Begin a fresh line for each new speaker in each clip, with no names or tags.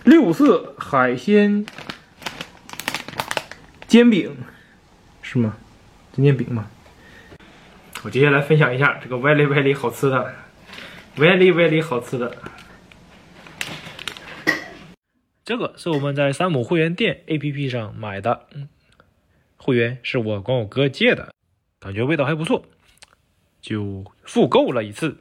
6色海鲜煎饼是吗？煎饼吗？我接下来分享一下这个歪里好吃的，歪里好吃的。这个是我们在山姆会员店 APP 上买的，会员是我管我哥借的，感觉味道还不错，就复购了一次。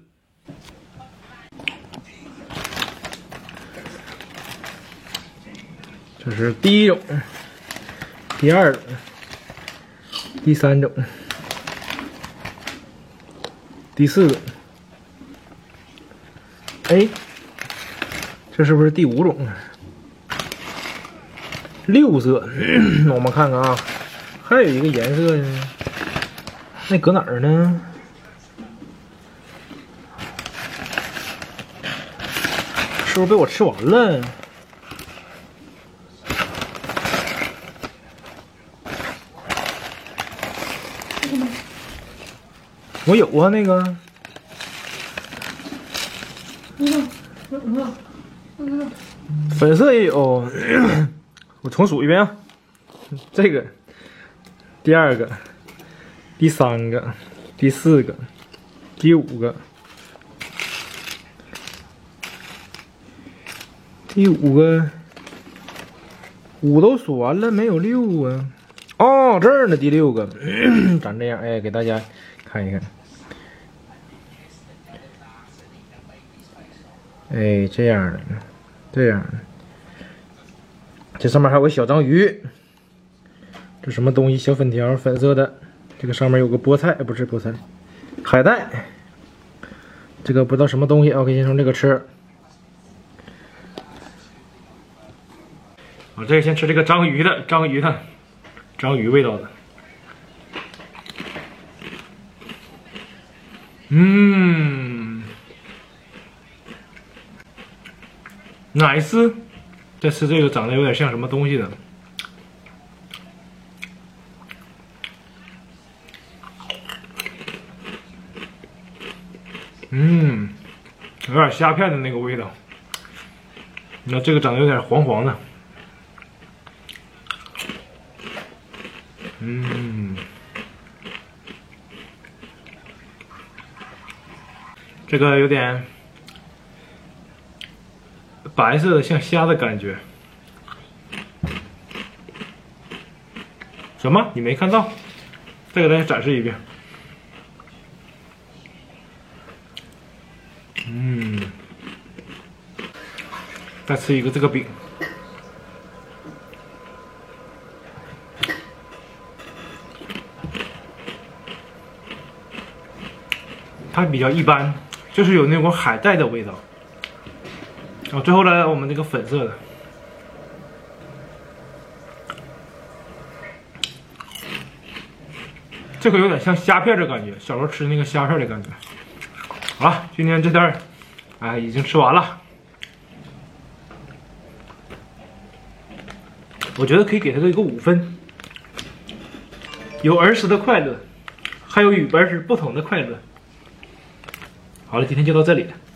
这是第一种，第二种，第三种，第四种。哎，这是不是第5种啊？6色，我们看看啊，还有一个颜色呢，那搁哪儿呢？是不是被我吃完了？我有啊，那个。粉色也有，我重数一遍啊。这个，第2个，第3个，第4个，第5个，第5个，5都数完了，没有6啊。哦，这儿呢，第6个，长这样，哎，给大家看一看。哎，这样的，这样的，这上面还有个小章鱼，这什么东西？小粉条，粉色的。这个上面有个菠菜，不是菠菜，海带。这个不知道什么东西啊，我可以先从这个吃。我这个先吃这个章鱼的，章鱼味道的。nice， 再吃这个长得有点像什么东西的，有点虾片的那个味道。那这个长得有点黄黄的，这个有点白色的，像虾的感觉。什么？你没看到？再给大家展示一遍。再吃一个这个饼，它比较一般，就是有那种海带的味道。最后来我们这个粉色的，这个有点像虾片的感觉，小时候吃那个虾片的感觉。好了，今天这袋已经吃完了。我觉得可以给它一个5分，有儿时的快乐，还有与儿时不同的快乐。好了，今天就到这里了。